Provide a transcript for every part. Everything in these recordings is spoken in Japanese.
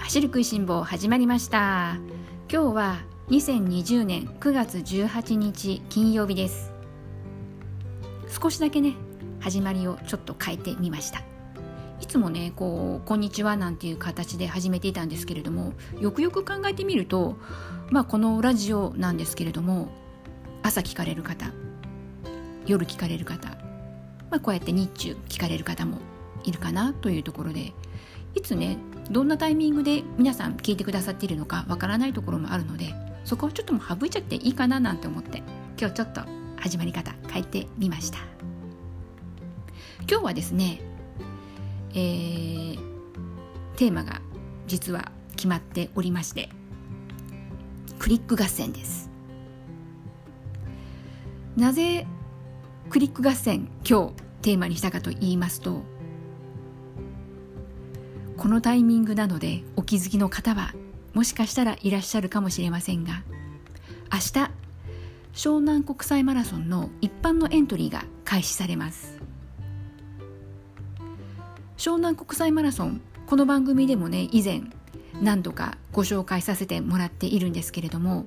走る食いしん坊始まりました。今日は2020年9月18日金曜日です。少しだけね始まりをちょっと変えてみました。いつもねこんにちはなんていう形で始めていたんですけれども、よくよく考えてみるとこのラジオなんですけれども、朝聞かれる方、夜聞かれる方、こうやって日中聞かれる方もいるかなというところで、いつねどんなタイミングで皆さん聞いてくださっているのかわからないところもあるので、そこをちょっともう省いちゃっていいかななんて思って、今日ちょっと始まり方変えてみました。今日はですね、テーマが実は決まっておりまして、クリック合戦です。なぜクリック合戦今日テーマにしたかと言いますと、このタイミングなのでお気づきの方はもしかしたらいらっしゃるかもしれませんが、明日湘南国際マラソンの一般のエントリーが開始されます。湘南国際マラソン、この番組でもね以前何度かご紹介させてもらっているんですけれども、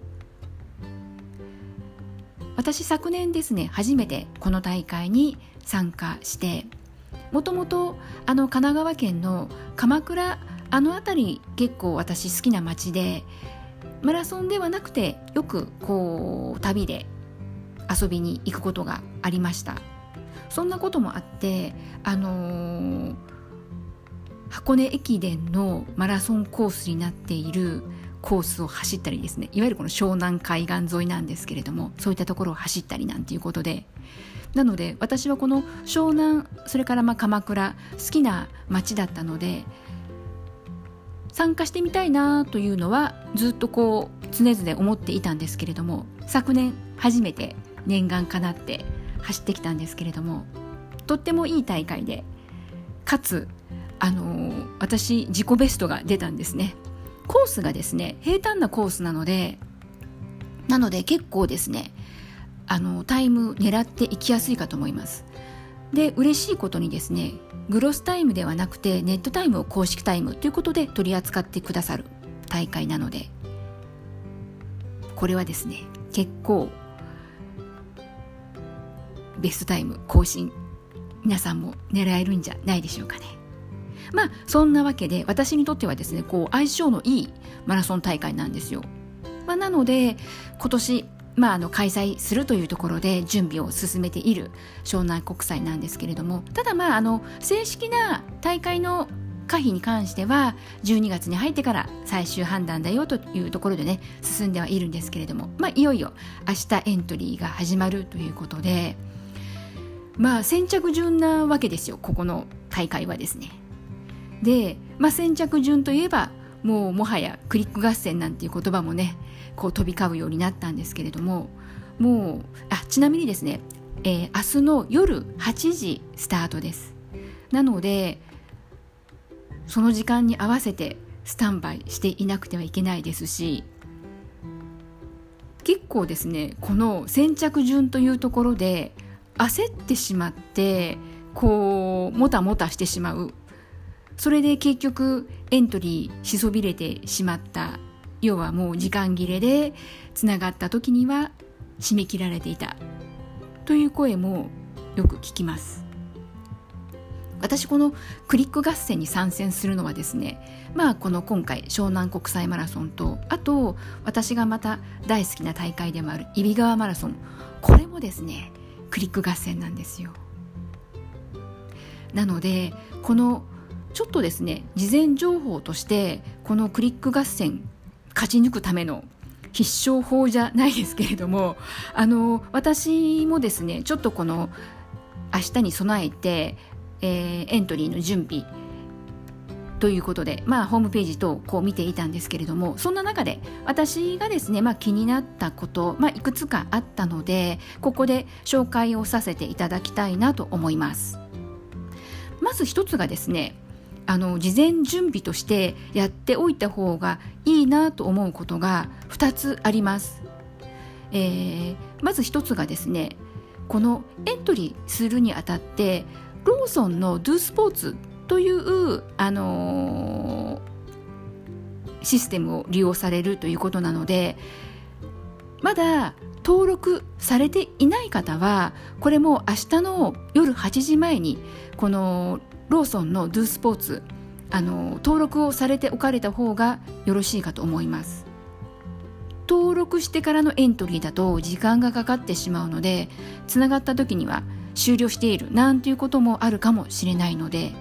私昨年ですね初めてこの大会に参加して、もともと神奈川県の鎌倉辺り結構私好きな街で、マラソンではなくてよく旅で遊びに行くことがありました。そんなこともあって箱根駅伝のマラソンコースになっているコースを走ったりですね、いわゆるこの湘南海岸沿いなんですけれども、そういったところを走ったりなんていうことで、なので私はこの湘南、それから鎌倉好きな街だったので、参加してみたいなというのはずっと常々思っていたんですけれども、昨年初めて念願かなって走ってきたんですけれども、とってもいい大会で、かつ私自己ベストが出たんですね。コースがですね平坦なコースなので結構ですねタイム狙っていきやすいかと思います。で嬉しいことにですね、グロスタイムではなくてネットタイムを公式タイムということで取り扱ってくださる大会なので、これはですね結構ベストタイム更新皆さんも狙えるんじゃないでしょうかね。そんなわけで私にとってはですね相性のいいマラソン大会なんですよ。なので今年開催するというところで準備を進めている湘南国際なんですけれども、ただ正式な大会の可否に関しては12月に入ってから最終判断だよというところでね進んではいるんですけれども、いよいよ明日エントリーが始まるということで、先着順なわけですよ、ここの大会はですね。で、先着順といえばもはやクリック合戦なんていう言葉もね飛び交うようになったんですけれども、ちなみにですね、明日の夜8時スタートです。なのでその時間に合わせてスタンバイしていなくてはいけないですし、結構ですねこの先着順というところで焦ってしまってもたもたしてしまう、それで結局エントリーしそびれてしまった、要はもう時間切れでつながった時には締め切られていたという声もよく聞きます。私このクリック合戦に参戦するのはですね、この今回湘南国際マラソンと、あと私がまた大好きな大会でもある揖斐川マラソン、これもですねクリック合戦なんですよ。なのでこのちょっとですね事前情報として、このクリック合戦勝ち抜くための必勝法じゃないですけれども、私もですねちょっとこの明日に備えて、エントリーの準備ということで、ホームページ等見ていたんですけれども、そんな中で私がですね、気になったこと、いくつかあったので、ここで紹介をさせていただきたいなと思います。まず一つがですね、事前準備としてやっておいた方がいいなと思うことが2つあります。まず1つがですね、このエントリーするにあたってローソンの Do スポーツというシステムを利用されるということなので、まだ登録されていない方はこれも明日の夜8時前にこのローソンのドゥスポーツ登録をされておかれた方がよろしいかと思います。登録してからのエントリーだと時間がかかってしまうので、つながった時には終了しているなんていうこともあるかもしれないので、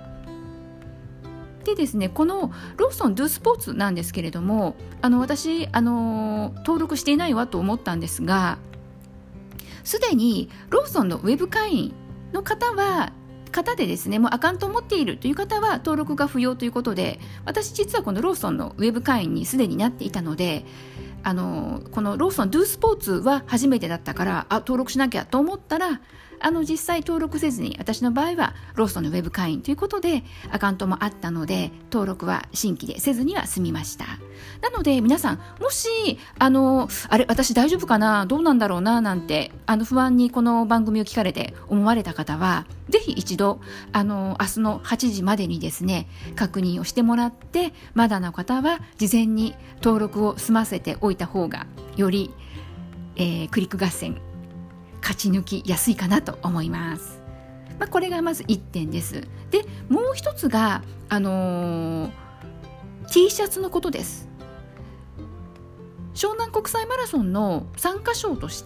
でですね、このローソンドゥスポーツなんですけれども、私登録していないわと思ったんですが、すでにローソンのウェブ会員の方でですね、もうアカウントを持っているという方は登録が不要ということで、私実はこのローソンのウェブ会員にすでになっていたので、このローソンドゥスポーツは初めてだったから登録しなきゃと思ったら、実際登録せずに、私の場合はローソンのウェブ会員ということでアカウントもあったので、登録は新規でせずには済みました。なので皆さん、もし私大丈夫かな、どうなんだろうななんて不安にこの番組を聞かれて思われた方は、ぜひ一度明日の8時までにですね確認をしてもらって、まだの方は事前に登録を済ませておいた方がより、クリック合戦勝ち抜きやすいかなと思います。これがまず1点です。で、もう一つがT シャツのことです。湘南国際マラソンの参加賞として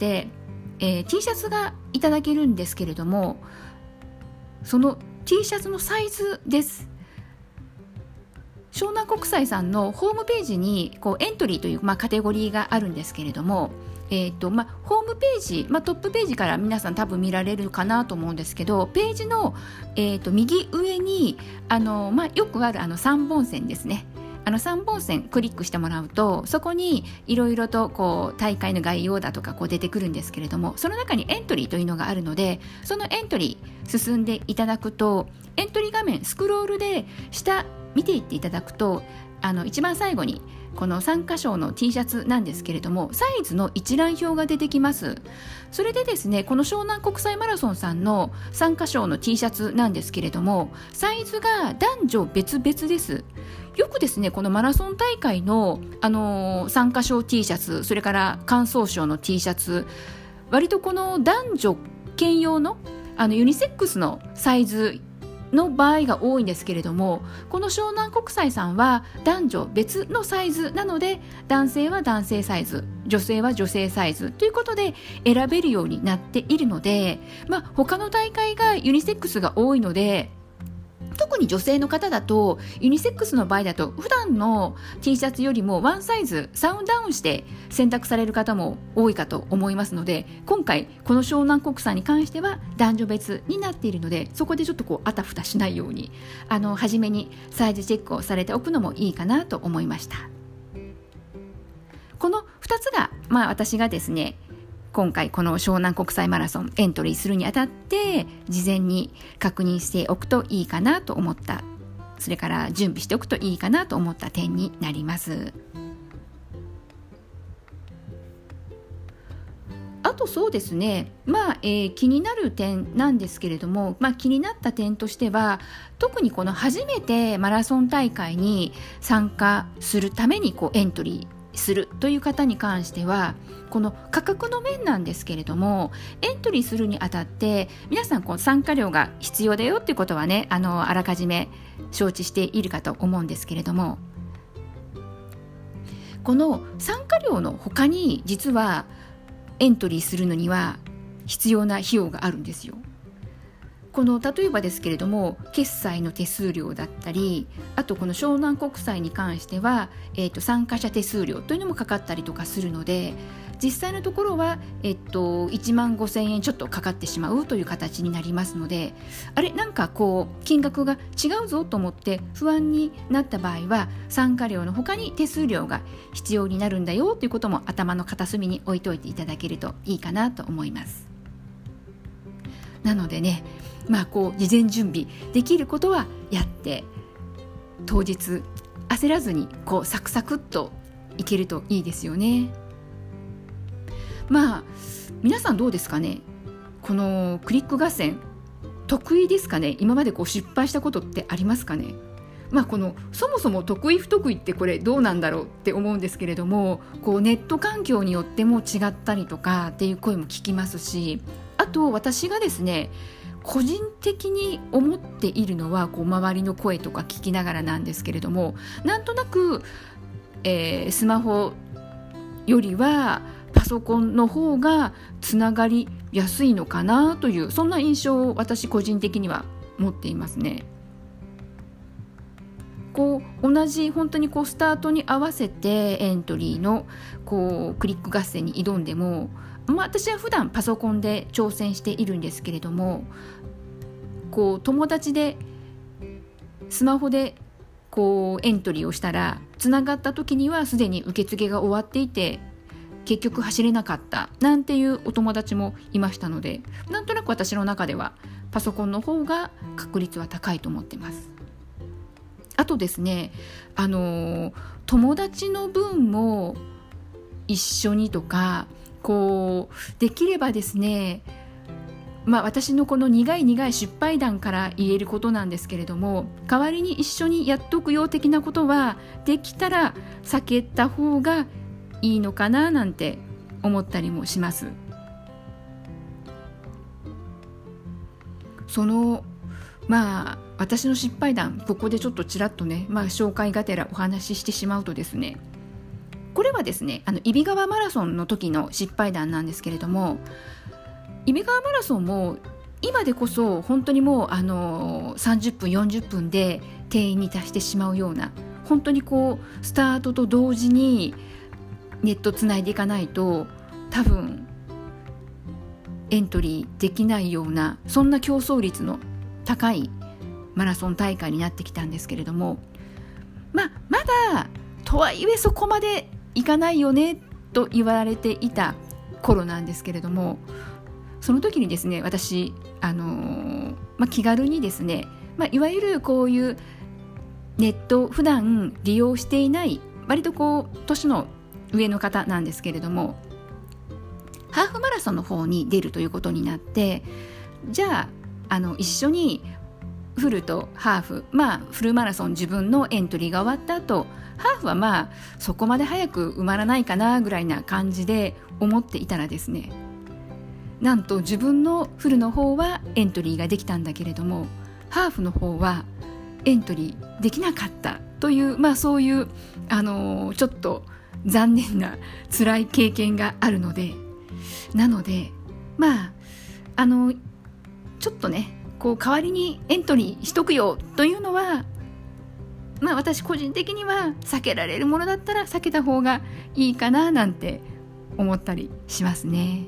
、T シャツがいただけるんですけれども、その T シャツのサイズです。湘南国際さんのホームページにエントリーという、カテゴリーがあるんですけれども、ホームページ、トップページから皆さん多分見られるかなと思うんですけど、ページの、右上によくある3本線ですね、3本線クリックしてもらうと、そこにいろいろと大会の概要だとか出てくるんですけれども、その中にエントリーというのがあるので、そのエントリー進んでいただくと、エントリー画面スクロールで下見ていっていただくと、一番最後にこの参加賞の T シャツなんですけれども、サイズの一覧表が出てきます。それでですね、この湘南国際マラソンさんの参加賞の T シャツなんですけれども、サイズが男女別々です。よくですね、このマラソン大会の、参加賞 T シャツ、それから完走賞の T シャツ、割とこの男女兼用のユニセックスのサイズの場合が多いんですけれども、この湘南国際さんは男女別のサイズなので、男性は男性サイズ、女性は女性サイズということで選べるようになっているので、他の大会がユニセックスが多いので、特に女性の方だとユニセックスの場合だと普段の T シャツよりもワンサイズサウンダウンして選択される方も多いかと思いますので、今回この湘南国際に関しては男女別になっているので、そこでちょっとあたふたしないように初めにサイズチェックをされておくのもいいかなと思いました。この2つが、私がですね今回この湘南国際マラソンエントリーするにあたって事前に確認しておくといいかなと思った、それから準備しておくといいかなと思った点になります。あとそうですね、気になる点なんですけれども、気になった点としては、特にこの初めてマラソン大会に参加するためにエントリーするという方に関しては、この価格の面なんですけれども、エントリーするにあたって皆さん参加料が必要だよっていうことはね、あらかじめ承知しているかと思うんですけれども、この参加料の他に実はエントリーするのには必要な費用があるんですよ。例えばですけれども、決済の手数料だったり、あとこの湘南国際に関しては、参加者手数料というのもかかったりとかするので、実際のところは、1万5,000円ちょっとかかってしまうという形になりますので、金額が違うぞと思って不安になった場合は、参加料の他に手数料が必要になるんだよということも頭の片隅に置いといていただけるといいかなと思います。なのでね、事前準備できることはやって、当日焦らずにサクサクっといけるといいですよね。皆さんどうですかね、このクリック合戦得意ですかね。今まで失敗したことってありますかね。 このそもそも得意不得意ってこれどうなんだろうって思うんですけれども、こうネット環境によっても違ったりとかっていう声も聞きますし、あと私がですね個人的に思っているのは、こう周りの声とか聞きながらなんですけれども、なんとなく、スマホよりはパソコンの方がつながりやすいのかなという、そんな印象を私個人的には持っていますね。こう同じ本当にこうスタートに合わせてエントリーのこうクリック合戦に挑んでも、私は普段パソコンで挑戦しているんですけれども、こう友達でスマホでこうエントリーをしたら、つながった時にはすでに受付が終わっていて結局走れなかったなんていうお友達もいましたので、なんとなく私の中ではパソコンの方が確率は高いと思ってます。あとですね、友達の分も一緒にとか、こうできればですね、私のこの苦い失敗談から言えることなんですけれども、代わりに一緒にやっとくよ的なことはできたら避けた方がいいのかななんて思ったりもします。その私の失敗談、ここでちょっとちらっとね、紹介がてらお話ししてしまうとですね、これはですね揖斐川マラソンの時の失敗談なんですけれども、揖斐川マラソンも今でこそ本当にもう30分40分で定員に達してしまうような、本当にこうスタートと同時にネットつないでいかないと多分エントリーできないような、そんな競争率の高いマラソン大会になってきたんですけれども、まだとはいえそこまでいかないよねと言われていた頃なんですけれども、その時にですね私、気軽にですね、いわゆるこういうネット普段利用していない割とこう年の上の方なんですけれども、ハーフマラソンの方に出るということになって、じゃあ一緒にフルとハーフ、フルマラソン自分のエントリーが終わった後、ハーフはそこまで早く埋まらないかなぐらいな感じで思っていたらですね、なんと自分のフルの方はエントリーができたんだけれども、ハーフの方はエントリーできなかったという、そういうちょっと残念な辛い経験があるので、ちょっとねこう代わりにエントリーしとくよというのは、私個人的には避けられるものだったら避けた方がいいかななんて思ったりしますね。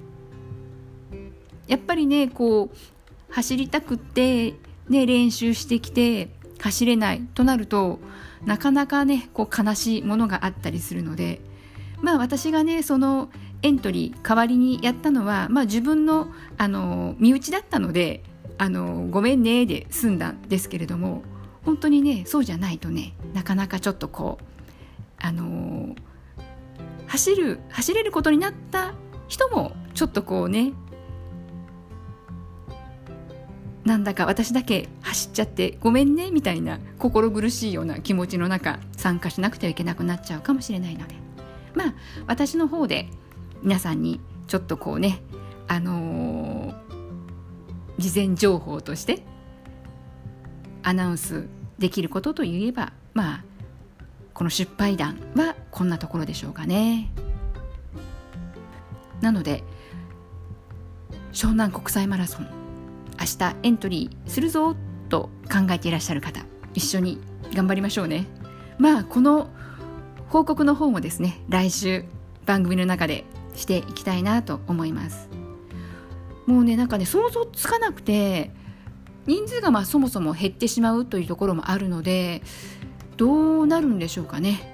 やっぱりねこう走りたくってね練習してきて走れないとなると、なかなかねこう悲しいものがあったりするので、私がねそのエントリー代わりにやったのは、自分の身内だったのでごめんねで済んだんですけれども、本当にねそうじゃないとねなかなかちょっとこう走れることになった人もちょっとこうね、なんだか私だけ走っちゃってごめんねみたいな心苦しいような気持ちの中参加しなくてはいけなくなっちゃうかもしれないので、私の方で皆さんにちょっとこうね事前情報としてアナウンスできることといえば、この失敗談はこんなところでしょうかね。なので湘南国際マラソン明日エントリーするぞと考えていらっしゃる方、一緒に頑張りましょうね。この報告の方もですね来週番組の中でしていきたいなと思います。もうね想像つかなくて、人数がそもそも減ってしまうというところもあるので、どうなるんでしょうかね。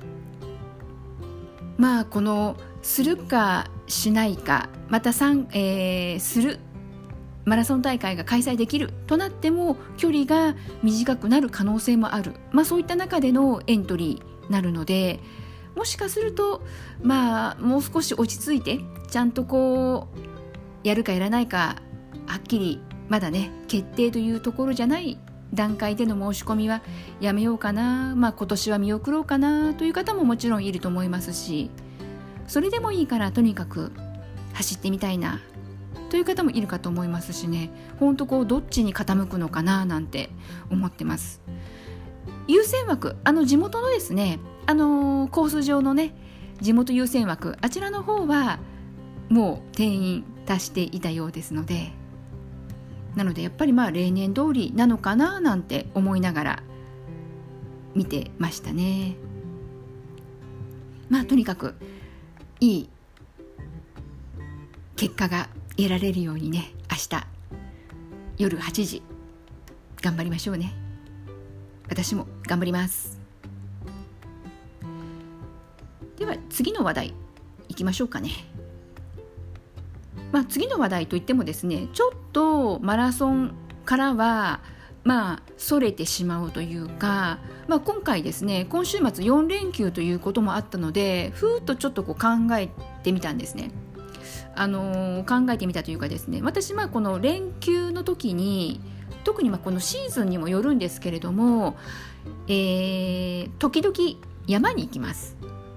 このするかしないか、またするマラソン大会が開催できるとなっても距離が短くなる可能性もある、そういった中でのエントリーになるので、もしかするともう少し落ち着いてちゃんとこうやるかやらないかはっきりまだね決定というところじゃない段階での申し込みはやめようかな、今年は見送ろうかなという方ももちろんいると思いますし、それでもいいからとにかく走ってみたいなという方もいるかと思いますしね、本当どっちに傾くのかななんて思ってます。優先枠、地元のですね、コース上のね、地元優先枠、あちらの方はもう定員達していたようですので、なのでやっぱり例年通りなのかななんて思いながら見てましたね。とにかくいい結果が得られるようにね、明日夜8時頑張りましょうね。私も頑張ります。では次の話題いきましょうかね。次の話題といってもですね、ちょっとマラソンからはそれてしまうというか、今回ですね、今週末4連休ということもあったので、ふーっとちょっと考えてみたんですね。考えてみたというかですね、私この連休の時に、特にこのシーズンにもよるんですけれども、時々山に行きます。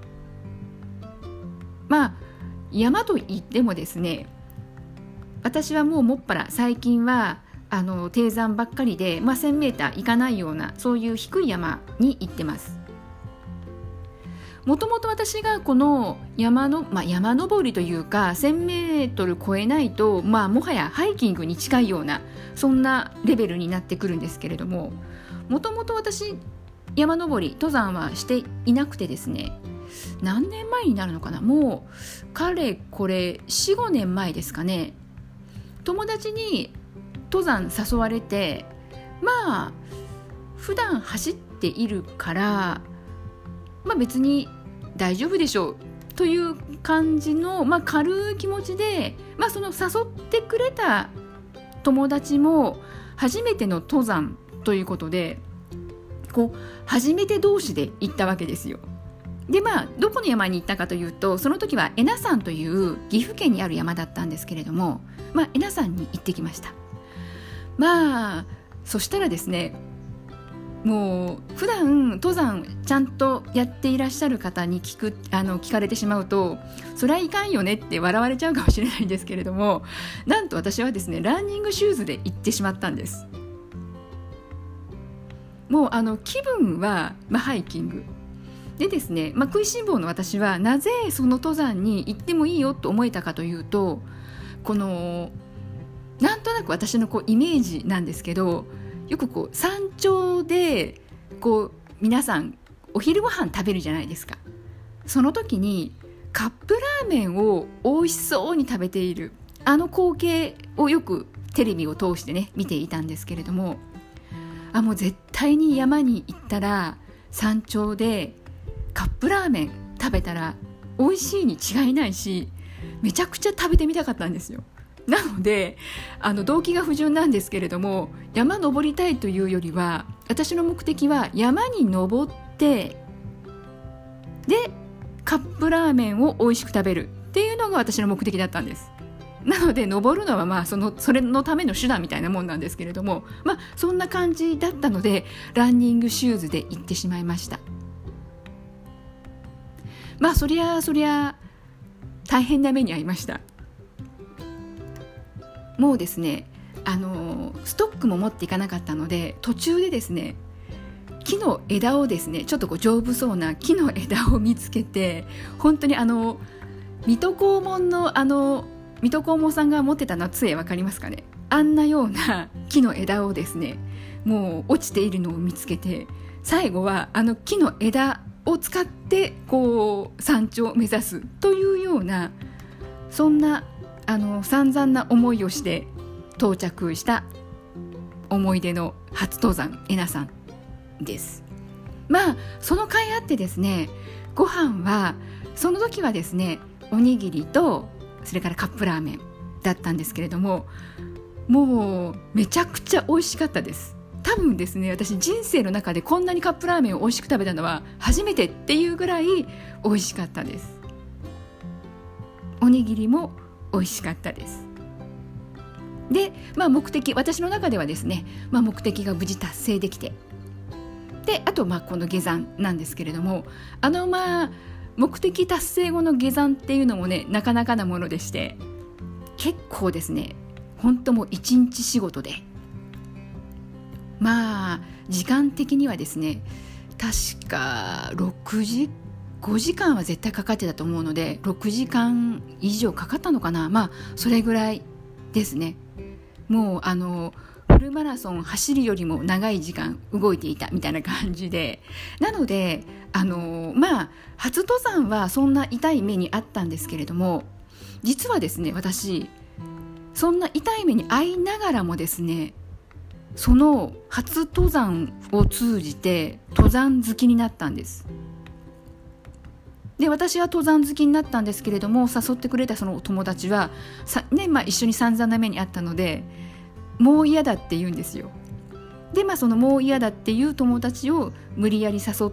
山といってもですね、私はもっぱら最近は低山ばっかりで、1000メーター行かないような、そういう低い山に行ってます。もともと私がこの山登りというか1000メートル超えないと、もはやハイキングに近いような、そんなレベルになってくるんですけれども、もともと私山登り登山はしていなくてですね、何年前になるのかな、もうかれこれ 4,5 年前ですかね、友達に登山誘われて、普段走っているから、別に大丈夫でしょうという感じの、軽い気持ちで、その誘ってくれた友達も初めての登山ということで、初めて同士で行ったわけですよ。でどこの山に行ったかというと、その時は恵那山という岐阜県にある山だったんですけれども、恵那山に行ってきました。そしたらですね、もう普段登山ちゃんとやっていらっしゃる方に聞かれてしまうと、そりゃいかんよねって笑われちゃうかもしれないんですけれども、なんと私はですね、ランニングシューズで行ってしまったんです。もう気分は、ハイキングでですね、食いしん坊の私はなぜその登山に行ってもいいよと思えたかというと、なんとなく私のイメージなんですけど、よく山頂で皆さんお昼ご飯食べるじゃないですか。その時にカップラーメンを美味しそうに食べている光景をよくテレビを通してね見ていたんですけれども、もう絶対に山に行ったら山頂でカップラーメン食べたら美味しいに違いないし、めちゃくちゃ食べてみたかったんですよ。なので動機が不純なんですけれども、山登りたいというよりは、私の目的は山に登ってでカップラーメンを美味しく食べるっていうのが私の目的だったんです。なので登るのはそれのための手段みたいなもんなんですけれども、そんな感じだったのでランニングシューズで行ってしまいました。そりゃ大変な目に遭いました。もうですね、ストックも持っていかなかったので、途中でですね、木の枝をですね、ちょっと丈夫そうな木の枝を見つけて、本当に水戸黄門の水戸黄門さんが持ってたのは杖わかりますかね、あんなような木の枝をですね、もう落ちているのを見つけて、最後は木の枝を使って山頂を目指すというような、そんな散々な思いをして到着した思い出の初登山恵那山です。その甲斐あってですね、ご飯はその時はですね、おにぎりとそれからカップラーメンだったんですけれども、もうめちゃくちゃ美味しかったです。多分ですね、私人生の中でこんなにカップラーメンを美味しく食べたのは初めてっていうぐらい美味しかったです。おにぎりも美味しかったです。 で、目的、私の中ではですね、目的が無事達成できて、であとこの下山なんですけれども、目的達成後の下山っていうのもね、なかなかなものでして、結構ですね、本当もう一日仕事で、時間的にはですね、確か5時間は絶対かかってたと思うので、6時間以上かかったのかな、それぐらいですね。もうフルマラソン走るよりも長い時間動いていたみたいな感じで、なので初登山はそんな痛い目にあったんですけれども、実はですね、私そんな痛い目に遭いながらもですね、その初登山を通じて登山好きになったんです。で、私は登山好きになったんですけれども、誘ってくれたその友達は一緒に散々な目にあったので、もう嫌だって言うんですよ。で、そのもう嫌だっていう友達を無理やり誘って、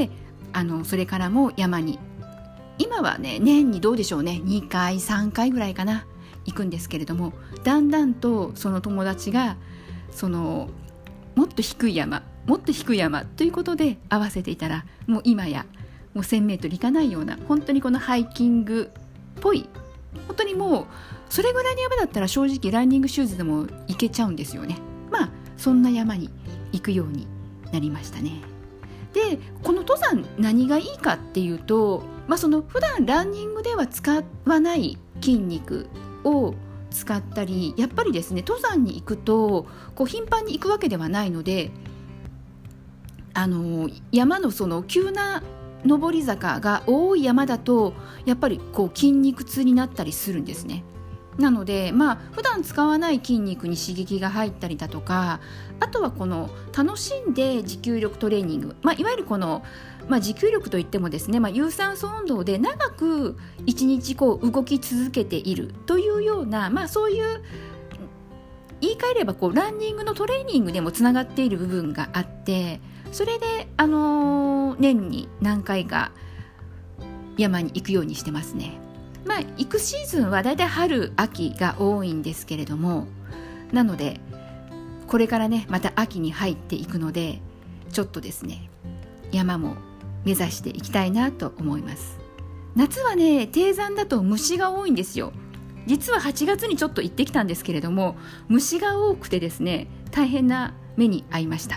それからも山に、今はね、年にどうでしょうね、2回3回ぐらいかな、行くんですけれども、だんだんとその友達がもっと低い山ということで合わせていたら、もう今やもう1000メートルいかないような、本当にこのハイキングっぽい、本当にもうそれぐらいの山だったら正直ランニングシューズでも行けちゃうんですよね。そんな山に行くようになりましたね。で、この登山何がいいかっていうと、その普段ランニングでは使わない筋肉を使ったり、やっぱりですね、登山に行くと頻繁に行くわけではないので、山のその急な上り坂が多い山だと、やっぱり筋肉痛になったりするんですね。なので、普段使わない筋肉に刺激が入ったりだとか、あとは楽しんで持久力トレーニング、いわゆる持久力といってもですね、有酸素運動で長く一日動き続けているというような、そういう言い換えればランニングのトレーニングでもつながっている部分があって、それで、年に何回か山に行くようにしてますね。行くシーズンはだいたい春秋が多いんですけれども、なのでこれからね、また秋に入っていくので、ちょっとですね、山も目指していきたいなと思います。夏はね、低山だと虫が多いんですよ。実は8月にちょっと行ってきたんですけれども、虫が多くてですね、大変な目に遭いました。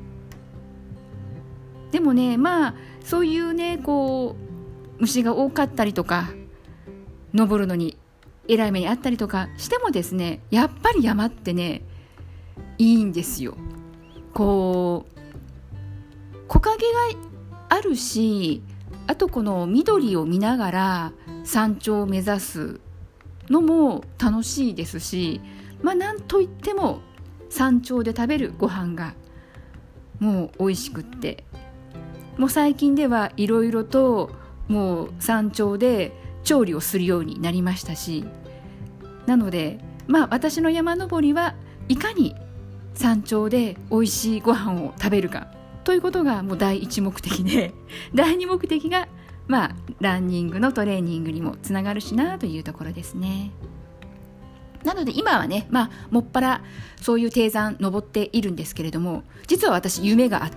でもね、そういうね、虫が多かったりとか、登るのにえらい目にあったりとかしてもですね、やっぱり山ってね、いいんですよ。木陰があるし、あとこの緑を見ながら山頂を目指すのも楽しいですし、なんといっても山頂で食べるご飯がもう美味しくって、もう最近ではいろいろともう山頂で調理をするようになりましたし、なので私の山登りはいかに山頂で美味しいご飯を食べるかということがもう第一目的で、第二目的がランニングのトレーニングにもつながるしなというところですね。なので今はね、もっぱらそういう低山登っているんですけれども、実は私夢があって、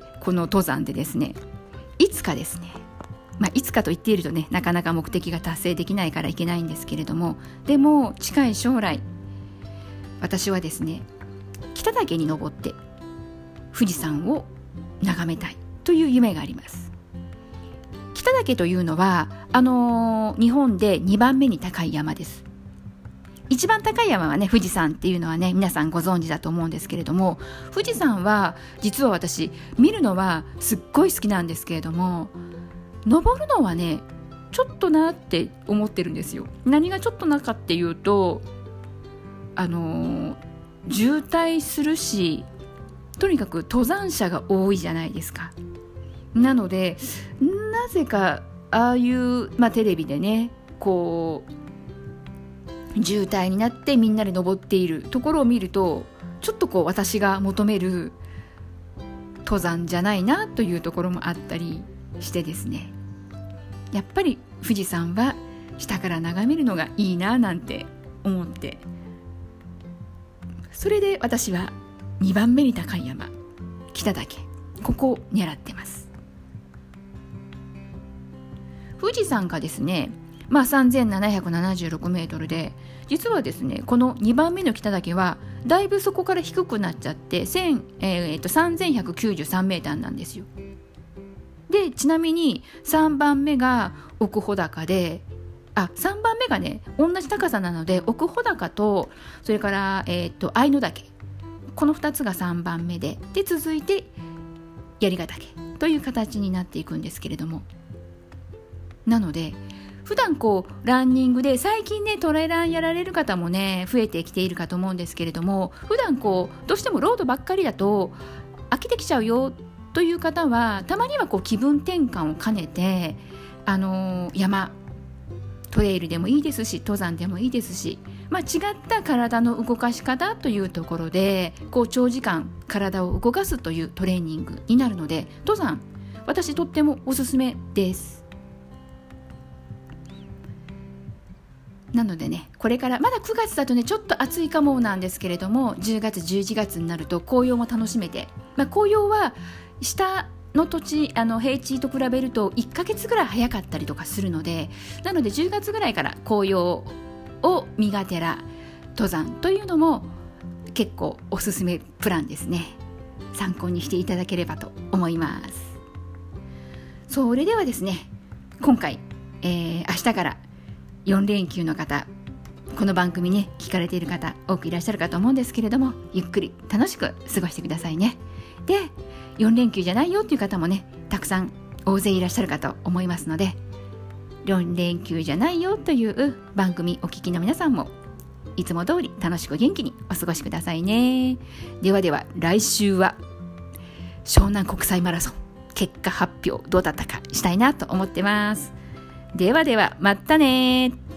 この登山でですね、いつかですね、いつかと言っているとね、なかなか目的が達成できないからいけないんですけれども、でも近い将来、私はですね、北岳に登って富士山を眺めたいという夢があります。北岳というのは日本で2番目に高い山です。一番高い山はね、富士山っていうのはね、皆さんご存知だと思うんですけれども、富士山は実は私見るのはすっごい好きなんですけれども、登るのはね、ちょっとなって思ってるんですよ。何がちょっとなかっていうと、渋滞するし、とにかく登山者が多いじゃないですか。なのでなぜかああいう、テレビでね、渋滞になってみんなで登っているところを見ると、ちょっと私が求める登山じゃないなというところもあったりしてですね、やっぱり富士山は下から眺めるのがいいななんて思ってそれで私は2番目に高い山、北岳、ここを狙ってます。富士山がですね、3776メートルで、実はですねこの2番目の北岳はだいぶそこから低くなっちゃって3193メーターなんですよ。でちなみに3番目が奥穂高で、3番目がね同じ高さなので、奥穂高とそれから愛の岳、この2つが3番目で、続いて槍ヶ岳という形になっていくんですけれども、なので普段ランニングで、最近ねトレランやられる方もね増えてきているかと思うんですけれども、普段どうしてもロードばっかりだと飽きてきちゃうよという方は、たまには気分転換を兼ねて山トレイルでもいいですし、登山でもいいですし、違った体の動かし方というところで長時間体を動かすというトレーニングになるので、登山私とってもおすすめです。なのでね、これからまだ9月だとねちょっと暑いかもなんですけれども、10月11月になると紅葉も楽しめて、紅葉は下の土地平地と比べると1ヶ月ぐらい早かったりとかするので、なので10月ぐらいから紅葉を見がてら登山というのも結構おすすめプランですね。参考にしていただければと思います。それではですね、今回、明日から4連休の方、この番組ね聞かれている方多くいらっしゃるかと思うんですけれども、ゆっくり楽しく過ごしてくださいね。で、4連休じゃないよっていう方もねたくさん大勢いらっしゃるかと思いますので、4連休じゃないよという番組お聞きの皆さんもいつも通り楽しく元気にお過ごしくださいね。ではでは、来週は湘南国際マラソン結果発表どうだったかしたいなと思ってます。ではでは、またね。